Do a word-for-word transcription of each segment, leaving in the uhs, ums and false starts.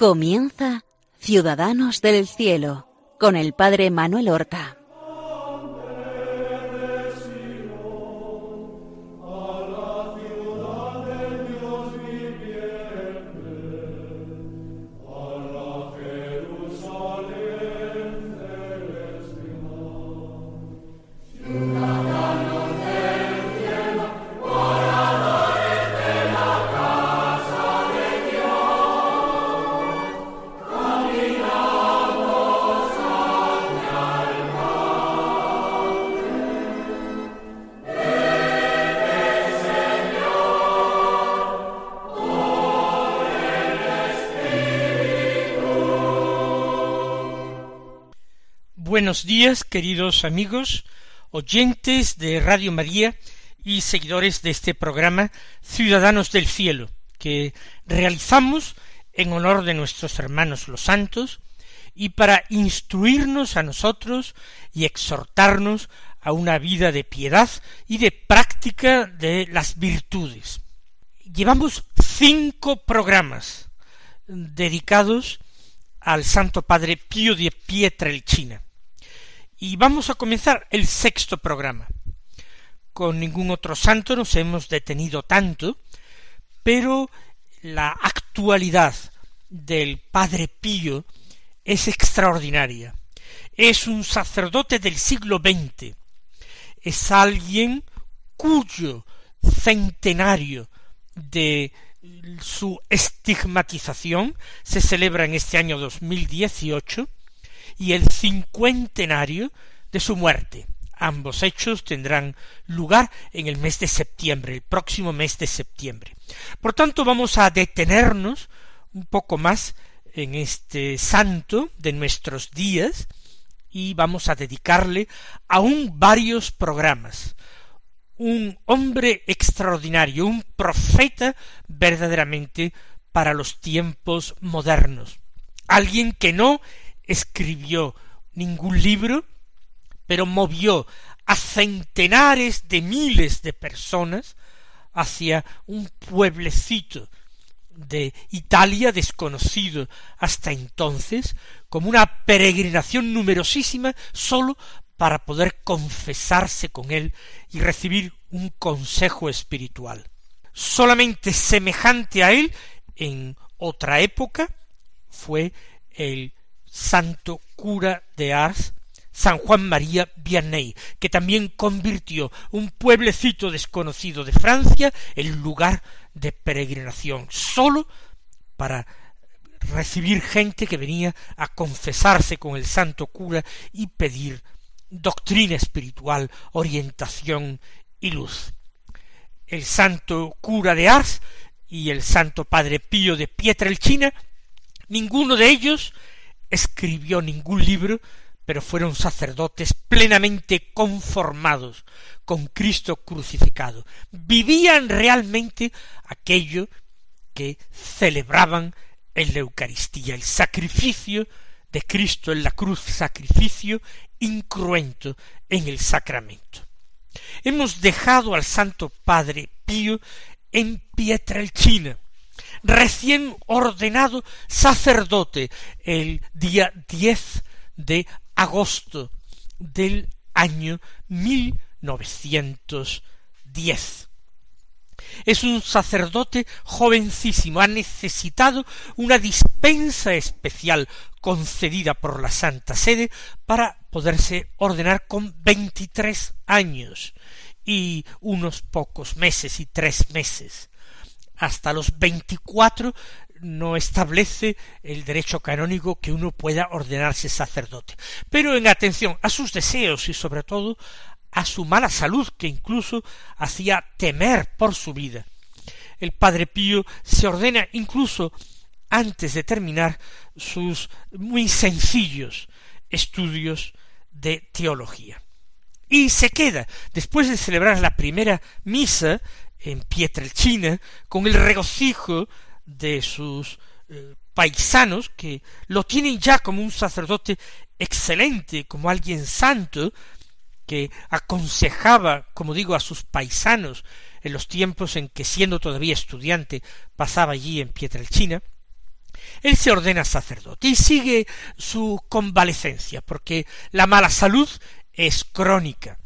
Comienza Ciudadanos del Cielo con el Padre Manuel Horta. Buenos días, queridos amigos, oyentes de Radio María y seguidores de este programa Ciudadanos del Cielo, que realizamos en honor de nuestros hermanos los santos y para instruirnos a nosotros y exhortarnos a una vida de piedad y de práctica de las virtudes. Llevamos cinco programas dedicados al Santo Padre Pío de Pietrelcina. Y vamos a comenzar el sexto programa. Con ningún otro santo nos hemos detenido tanto, pero la actualidad del Padre Pío es extraordinaria. Es un sacerdote del siglo veinte. Es alguien cuyo centenario de su estigmatización se celebra en este año dos mil dieciocho, y el cincuentenario de su muerte. Ambos hechos tendrán lugar en el mes de septiembre, el próximo mes de septiembre. Por tanto, vamos a detenernos un poco más en este santo de nuestros días y vamos a dedicarle aún varios programas. Un hombre extraordinario, un profeta verdaderamente para los tiempos modernos. Alguien que no escribió ningún libro, pero movió a centenares de miles de personas hacia un pueblecito de Italia desconocido hasta entonces, como una peregrinación numerosísima sólo para poder confesarse con él y recibir un consejo espiritual. Solamente semejante a él en otra época fue el santo cura de Ars, San Juan María Vianney, que también convirtió un pueblecito desconocido de Francia en lugar de peregrinación, sólo para recibir gente que venía a confesarse con el santo cura y pedir doctrina espiritual, orientación y luz. El santo cura de Ars y el santo Padre Pío de Pietrelcina, ninguno de ellos escribió ningún libro, pero fueron sacerdotes plenamente conformados con Cristo crucificado. Vivían realmente aquello que celebraban en la Eucaristía, el sacrificio de Cristo en la cruz, sacrificio incruento en el sacramento. Hemos dejado al Santo Padre Pío en Pietrelcina, recién ordenado sacerdote el día diez de agosto del año mil novecientos diez. Es un sacerdote jovencísimo, ha necesitado una dispensa especial concedida por la Santa Sede para poderse ordenar con veintitrés años y unos pocos meses y tres meses. Hasta los veinticuatro no establece el derecho canónico que uno pueda ordenarse sacerdote. Pero en atención a sus deseos y sobre todo a su mala salud, que incluso hacía temer por su vida, el Padre Pío se ordena incluso antes de terminar sus muy sencillos estudios de teología. Y se queda, después de celebrar la primera misa en Pietrelcina, con el regocijo de sus eh, paisanos, que lo tienen ya como un sacerdote excelente, como alguien santo, que aconsejaba, como digo, a sus paisanos en los tiempos en que, siendo todavía estudiante, pasaba allí en Pietrelcina. Él se ordena sacerdote y sigue su convalecencia, porque la mala salud es crónica.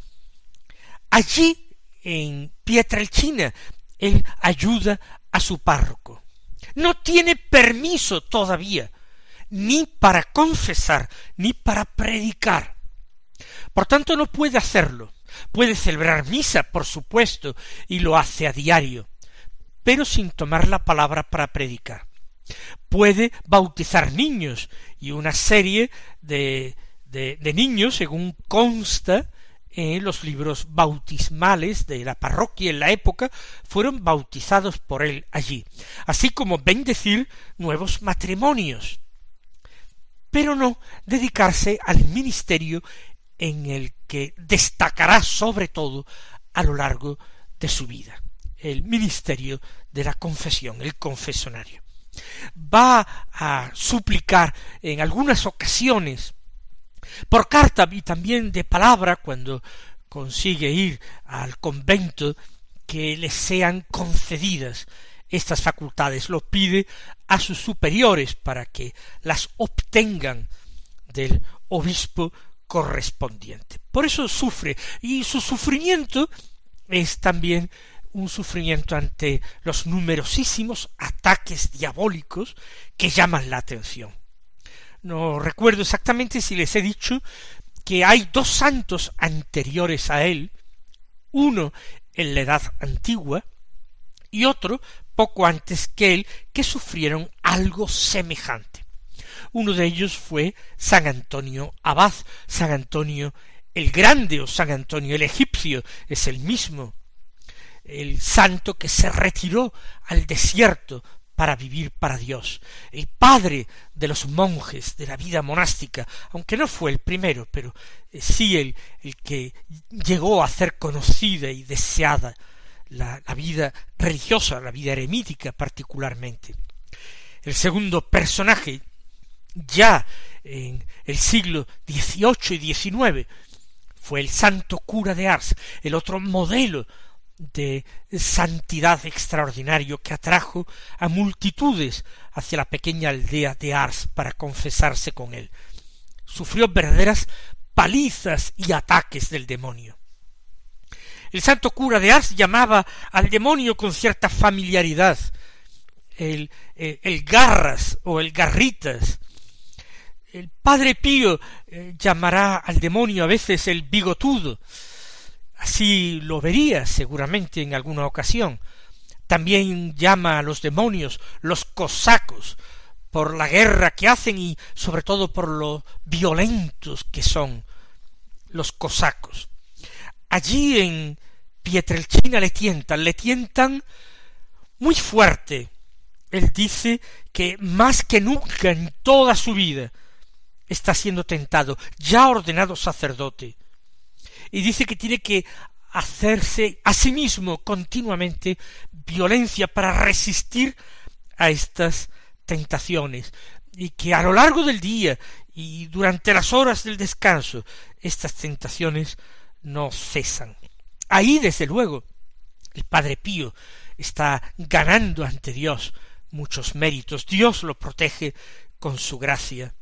Allí, en Pietrelcina, él ayuda a su párroco. No tiene permiso todavía, ni para confesar, ni para predicar. Por tanto, no puede hacerlo. Puede celebrar misa, por supuesto, y lo hace a diario, pero sin tomar la palabra para predicar. Puede bautizar niños, y una serie de, de, de niños, según consta en los libros bautismales de la parroquia en la época, fueron bautizados por él allí, así como bendecir nuevos matrimonios, pero no dedicarse al ministerio en el que destacará sobre todo a lo largo de su vida, el ministerio de la confesión, el confesionario. Va a suplicar en algunas ocasiones, por carta y también de palabra, cuando consigue ir al convento, que le sean concedidas estas facultades. Lo pide a sus superiores para que las obtengan del obispo correspondiente. Por eso sufre, y su sufrimiento es también un sufrimiento ante los numerosísimos ataques diabólicos que llaman la atención. No recuerdo exactamente si les he dicho que hay dos santos anteriores a él, uno en la Edad Antigua y otro poco antes que él, que sufrieron algo semejante. Uno de ellos fue San Antonio Abad, San Antonio el Grande o San Antonio el Egipcio, es el mismo, el santo que se retiró al desierto para vivir para Dios, el padre de los monjes de la vida monástica, aunque no fue el primero, pero sí el, el que llegó a hacer conocida y deseada la, la vida religiosa, la vida eremítica particularmente. El segundo personaje, ya en el siglo dieciocho y diecinueve, fue el santo cura de Ars, el otro modelo de santidad extraordinario que atrajo a multitudes hacia la pequeña aldea de Ars para confesarse con él. Sufrió verdaderas palizas y ataques del demonio. El santo cura de Ars llamaba al demonio con cierta familiaridad, el, el, el garras o el garritas. El padre Pío eh, llamará al demonio a veces el bigotudo. Así lo vería seguramente en alguna ocasión. También llama a los demonios los cosacos, por la guerra que hacen y sobre todo por lo violentos que son los cosacos. Allí en Pietrelcina le tientan, le tientan muy fuerte. Él dice que más que nunca en toda su vida está siendo tentado, ya ordenado sacerdote. Y dice que tiene que hacerse a sí mismo continuamente violencia para resistir a estas tentaciones, y que a lo largo del día y durante las horas del descanso estas tentaciones no cesan. Ahí, desde luego, el padre Pío está ganando ante Dios muchos méritos. Dios lo protege con su gracia.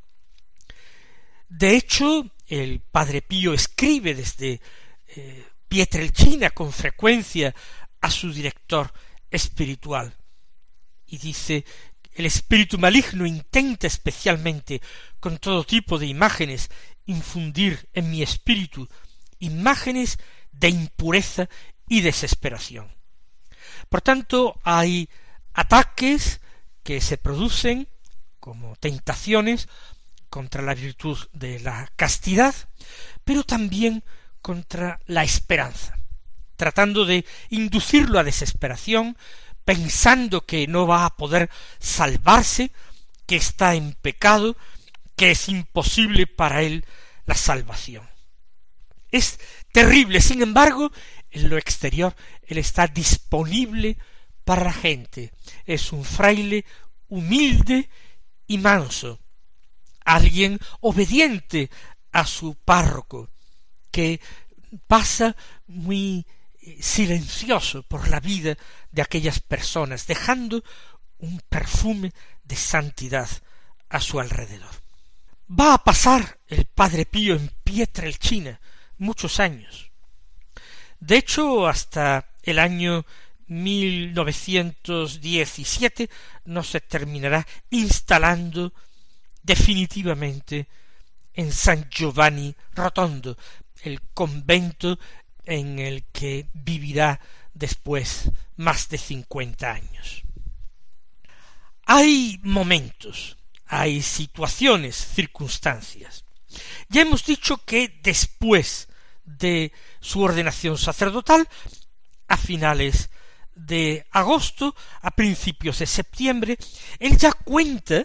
De hecho, el padre Pío escribe desde eh, Pietrelcina con frecuencia a su director espiritual y dice: el espíritu maligno intenta especialmente con todo tipo de imágenes infundir en mi espíritu imágenes de impureza y desesperación. Por tanto, hay ataques que se producen como tentaciones contra la virtud de la castidad, pero también contra la esperanza, tratando de inducirlo a desesperación, pensando que no va a poder salvarse, que está en pecado, que es imposible para él la salvación. Es terrible, sin embargo, en lo exterior él está disponible para la gente. Es un fraile humilde y manso, alguien obediente a su párroco, que pasa muy silencioso por la vida de aquellas personas, dejando un perfume de santidad a su alrededor. Va a pasar el Padre Pío en Pietrelcina muchos años. De hecho, hasta el año mil novecientos diecisiete no se terminará instalando definitivamente en San Giovanni Rotondo, el convento en el que vivirá después más de cincuenta años. Hay momentos, hay situaciones, circunstancias. Ya hemos dicho que después de su ordenación sacerdotal, a finales de agosto, a principios de septiembre, él ya cuenta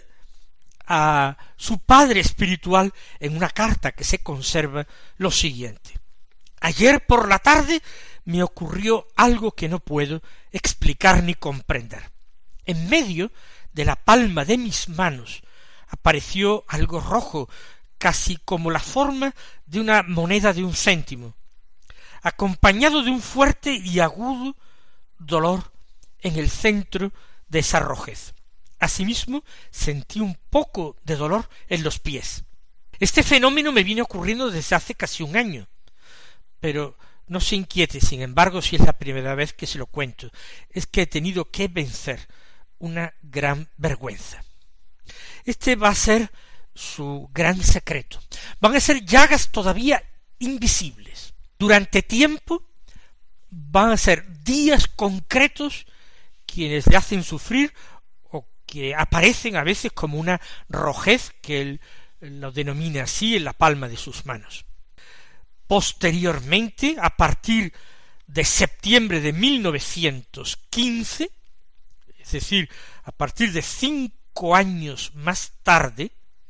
a su padre espiritual en una carta que se conserva lo siguiente: ayer por la tarde me ocurrió algo que no puedo explicar ni comprender. En medio de la palma de mis manos apareció algo rojo, casi como la forma de una moneda de un céntimo, acompañado de un fuerte y agudo dolor en el centro de esa rojez. Asimismo, sentí un poco de dolor en los pies. Este fenómeno me viene ocurriendo desde hace casi un año, pero no se inquiete, sin embargo, si es la primera vez que se lo cuento. Es que he tenido que vencer una gran vergüenza. Este va a ser su gran secreto. Van a ser llagas todavía invisibles. Durante tiempo van a ser días concretos quienes le hacen sufrir, o que aparecen a veces como una rojez que él lo denomina así en la palma de sus manos. Posteriormente, a partir de septiembre de mil novecientos quince, es decir, a partir de cinco años más tarde,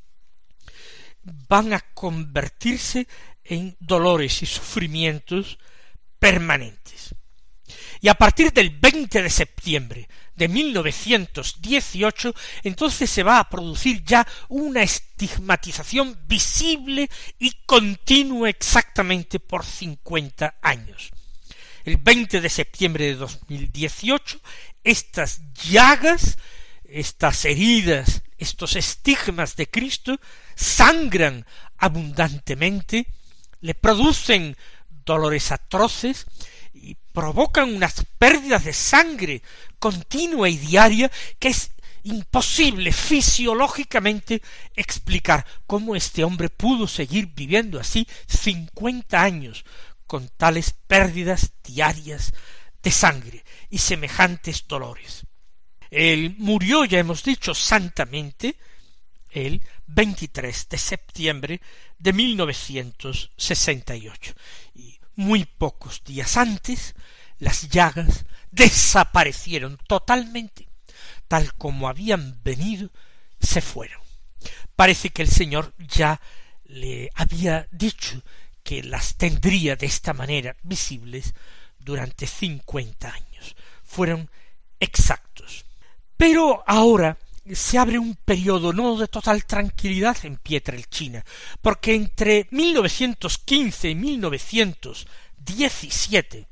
van a convertirse en dolores y sufrimientos permanentes. Y a partir del veinte de septiembre de mil novecientos dieciocho, entonces se va a producir ya una estigmatización visible y continua exactamente por cincuenta años. El veinte de septiembre de dos mil dieciocho, estas llagas, estas heridas, estos estigmas de Cristo sangran abundantemente, le producen dolores atroces y provocan unas pérdidas de sangre continua y diaria que es imposible fisiológicamente explicar cómo este hombre pudo seguir viviendo así cincuenta años con tales pérdidas diarias de sangre y semejantes dolores. Él murió, ya hemos dicho, santamente el veintitrés de septiembre de mil novecientos sesenta y ocho, y muy pocos días antes las llagas desaparecieron totalmente, tal como habían venido, se fueron. Parece que el Señor ya le había dicho que las tendría de esta manera visibles durante cincuenta años. Fueron exactos. Pero ahora se abre un periodo no de total tranquilidad en Pietrelcina, porque entre mil novecientos quince y mil novecientos diecisiete,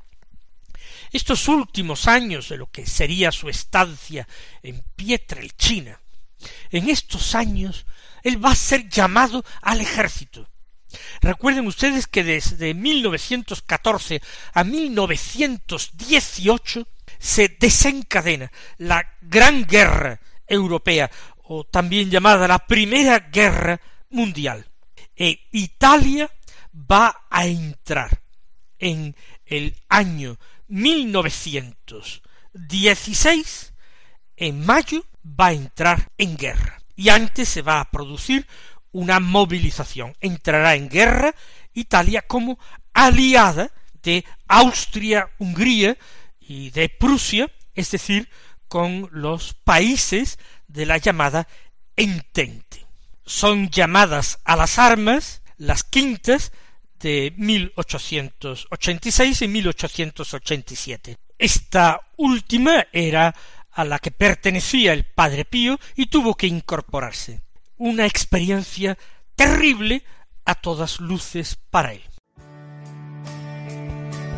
estos últimos años de lo que sería su estancia en Pietrelcina, en estos años él va a ser llamado al ejército. Recuerden ustedes que desde mil novecientos catorce a mil novecientos dieciocho se desencadena la Gran Guerra Europea, o también llamada la Primera Guerra Mundial. E Italia va a entrar en el año mil novecientos dieciséis, en mayo, va a entrar en guerra. Y antes se va a producir una movilización. Entrará en guerra Italia como aliada de Austria-Hungría y de Prusia, es decir, con los países de la llamada Entente. Son llamadas a las armas las quintas de mil ochocientos ochenta y seis y mil ochocientos ochenta y siete. Esta última era a la que pertenecía el Padre Pío y tuvo que incorporarse. Una experiencia terrible a todas luces para él.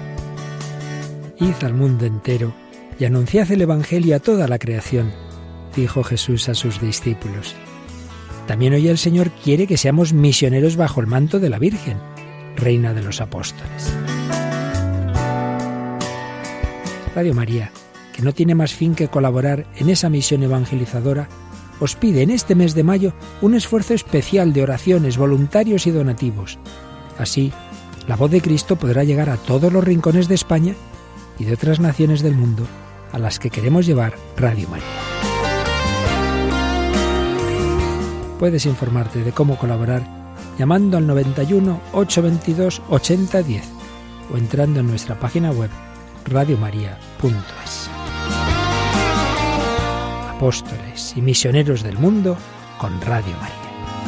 Id al mundo entero y anunciad el Evangelio a toda la creación. dijo Jesús a sus discípulos. También hoy el Señor quiere que seamos misioneros bajo el manto de la Virgen, Reina de los Apóstoles. Radio María, que no tiene más fin que colaborar en esa misión evangelizadora, os pide en este mes de mayo un esfuerzo especial de oraciones, voluntarios y donativos. Así, la voz de Cristo podrá llegar a todos los rincones de España y de otras naciones del mundo a las que queremos llevar Radio María. Puedes informarte de cómo colaborar llamando al noventa y uno, ochocientos veintidós, ochenta diez o entrando en nuestra página web radio maría punto es. Apóstoles y misioneros del mundo con Radio María.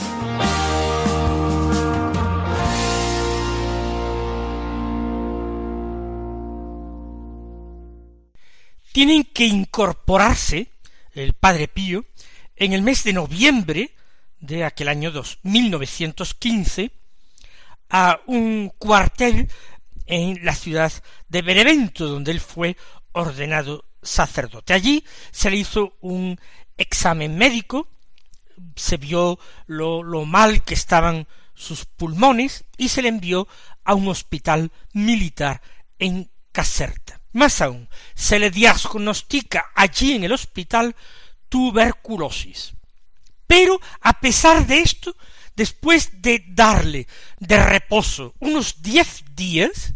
Tienen que incorporarse el Padre Pío en el mes de noviembre de aquel año mil novecientos quince a un cuartel en la ciudad de Benevento, donde él fue ordenado sacerdote. Allí se le hizo un examen médico, se vio lo, lo mal que estaban sus pulmones y se le envió a un hospital militar en Caserta. Más aún, se le diagnostica allí en el hospital tuberculosis. Pero a pesar de esto, después de darle de reposo unos diez días,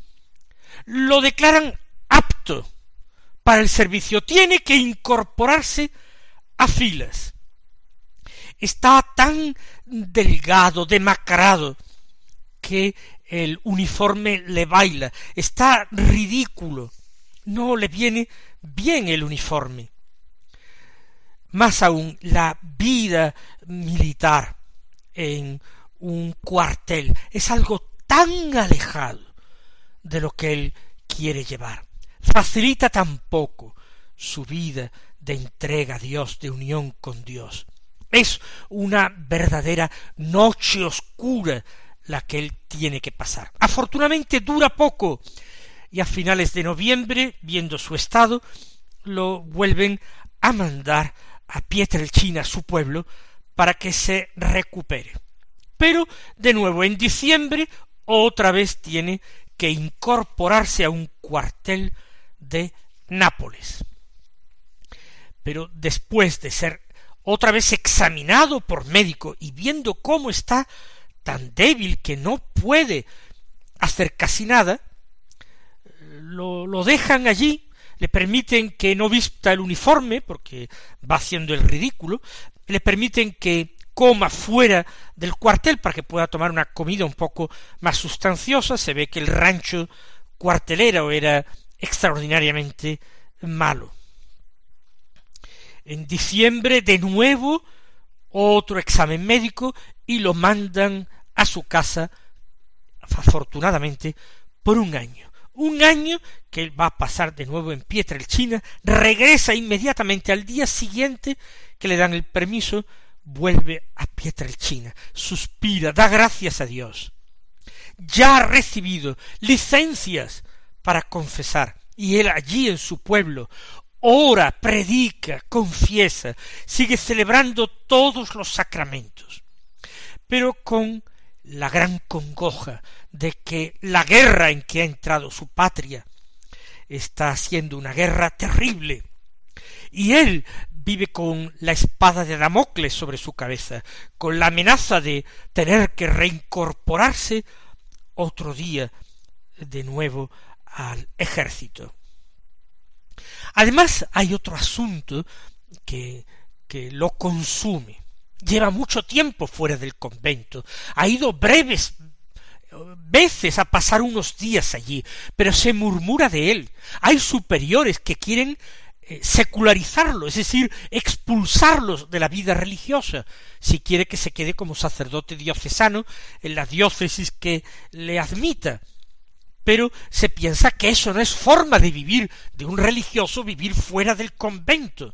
lo declaran apto para el servicio. Tiene que incorporarse a filas. Está tan delgado, demacrado, que el uniforme le baila. Está ridículo. No le viene bien el uniforme. Más aún, la vida militar en un cuartel es algo tan alejado de lo que él quiere llevar. Facilita tan poco su vida de entrega a Dios, de unión con Dios. Es una verdadera noche oscura la que él tiene que pasar. Afortunadamente dura poco, y a finales de noviembre, viendo su estado, lo vuelven a mandar a Pietrelcina, su pueblo, para que se recupere. Pero, de nuevo, en diciembre, otra vez tiene que incorporarse a un cuartel de Nápoles. Pero después de ser otra vez examinado por médico y viendo cómo está tan débil que no puede hacer casi nada, lo, lo dejan allí, le permiten que no vista el uniforme, porque va haciendo el ridículo, le permiten que coma fuera del cuartel para que pueda tomar una comida un poco más sustanciosa. Se ve que el rancho cuartelero era extraordinariamente malo. En diciembre, de nuevo, otro examen médico y lo mandan a su casa, afortunadamente, por un año. Un año que él va a pasar de nuevo en Pietrelcina, regresa inmediatamente al día siguiente que le dan el permiso, vuelve a Pietrelcina, suspira, da gracias a Dios. Ya ha recibido licencias para confesar, y él allí en su pueblo ora, predica, confiesa, sigue celebrando todos los sacramentos, pero con la gran congoja de que la guerra en que ha entrado su patria está siendo una guerra terrible, y él vive con la espada de Damocles sobre su cabeza, con la amenaza de tener que reincorporarse otro día de nuevo al ejército. Además, hay otro asunto que, que lo consume. Lleva mucho tiempo fuera del convento, ha ido breves veces a pasar unos días allí, pero se murmura de él. Hay superiores que quieren eh, secularizarlo, es decir, expulsarlos de la vida religiosa, si quiere que se quede como sacerdote diocesano en la diócesis que le admita. Pero se piensa que eso no es forma de vivir, de un religioso vivir fuera del convento.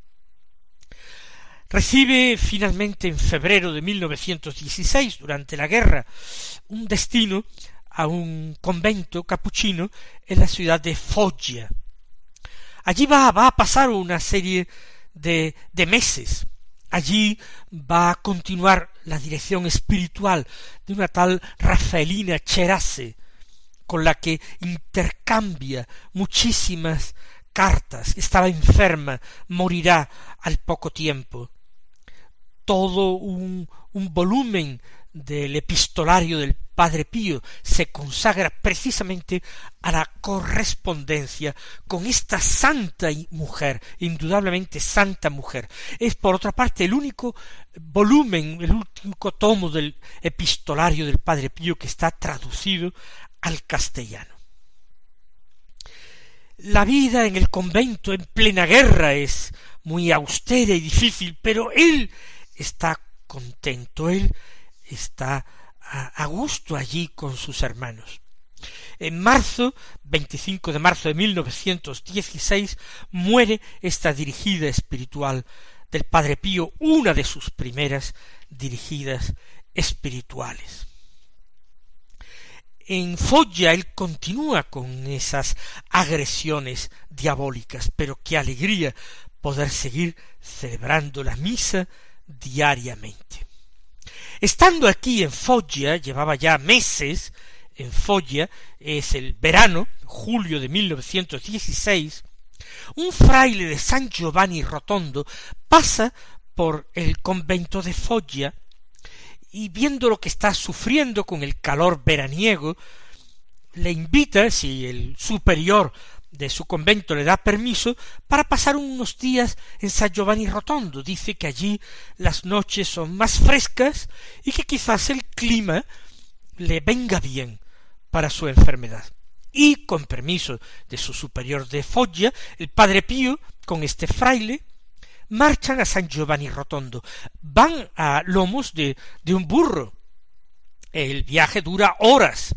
Recibe finalmente en febrero de mil novecientos dieciséis, durante la guerra, un destino a un convento capuchino en la ciudad de Foggia. Allí va, va a pasar una serie de, de meses. Allí va a continuar la dirección espiritual de una tal Rafaelina Cherase, con la que intercambia muchísimas cartas. Estaba enferma, morirá al poco tiempo. Todo un, un volumen del epistolario del Padre Pío se consagra precisamente a la correspondencia con esta santa mujer, indudablemente santa mujer. Es, por otra parte, el único volumen, el único tomo del epistolario del Padre Pío que está traducido al castellano. La vida en el convento en plena guerra es muy austera y difícil, pero él está contento, él está a gusto allí con sus hermanos. En marzo, veinticinco de marzo de mil novecientos dieciséis, muere esta dirigida espiritual del Padre Pío, una de sus primeras dirigidas espirituales. En Foggia él continúa con esas agresiones diabólicas, pero qué alegría poder seguir celebrando la misa diariamente. Estando aquí en Foggia, llevaba ya meses en Foggia, es el verano, julio de mil novecientos dieciséis, un fraile de San Giovanni Rotondo pasa por el convento de Foggia y, viendo lo que está sufriendo con el calor veraniego, le invita, si el superior de su convento le da permiso, para pasar unos días en San Giovanni Rotondo. Dice que allí las noches son más frescas y que quizás el clima le venga bien para su enfermedad. Y, con permiso de su superior de Foggia, el Padre Pío, con este fraile, marchan a San Giovanni Rotondo. Van a lomos de, de un burro. El viaje dura horas.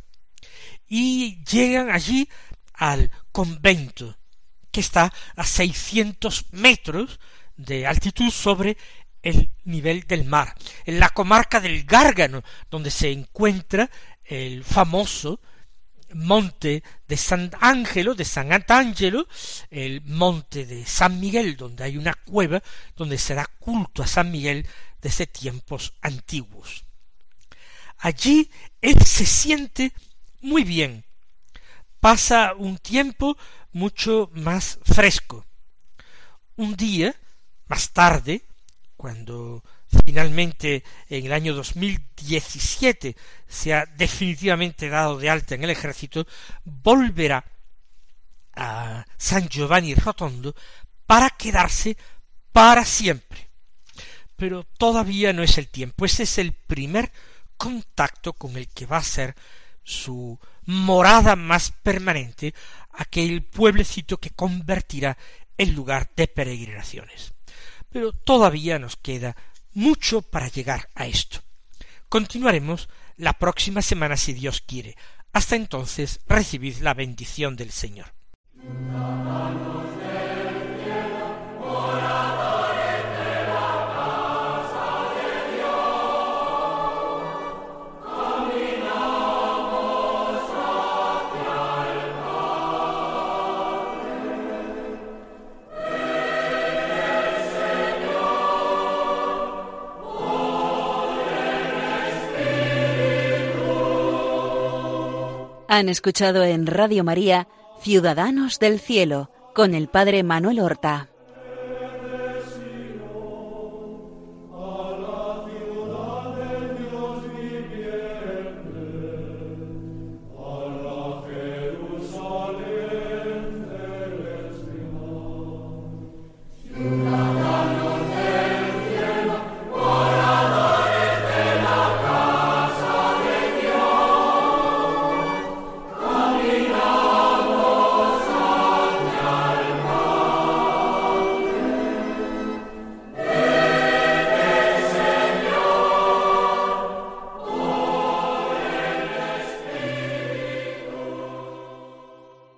Y llegan allí al convento, que está a seiscientos metros de altitud sobre el nivel del mar, en la comarca del Gárgano, donde se encuentra el famoso monte de San Ángelo, de San Antangelo, el monte de San Miguel, donde hay una cueva donde se da culto a San Miguel desde tiempos antiguos. Allí él se siente muy bien, pasa un tiempo mucho más fresco. Un día, más tarde, cuando finalmente en el año dos mil diecisiete se ha definitivamente dado de alta en el ejército, volverá a San Giovanni Rotondo para quedarse para siempre. Pero todavía no es el tiempo. Ese es el primer contacto con el que va a ser su morada más permanente, aquel pueblecito que convertirá en lugar de peregrinaciones. Pero todavía nos queda mucho para llegar a esto. Continuaremos la próxima semana si Dios quiere. Hasta entonces, recibid la bendición del Señor. Han escuchado en Radio María Ciudadanos del Cielo con el Padre Manuel Horta.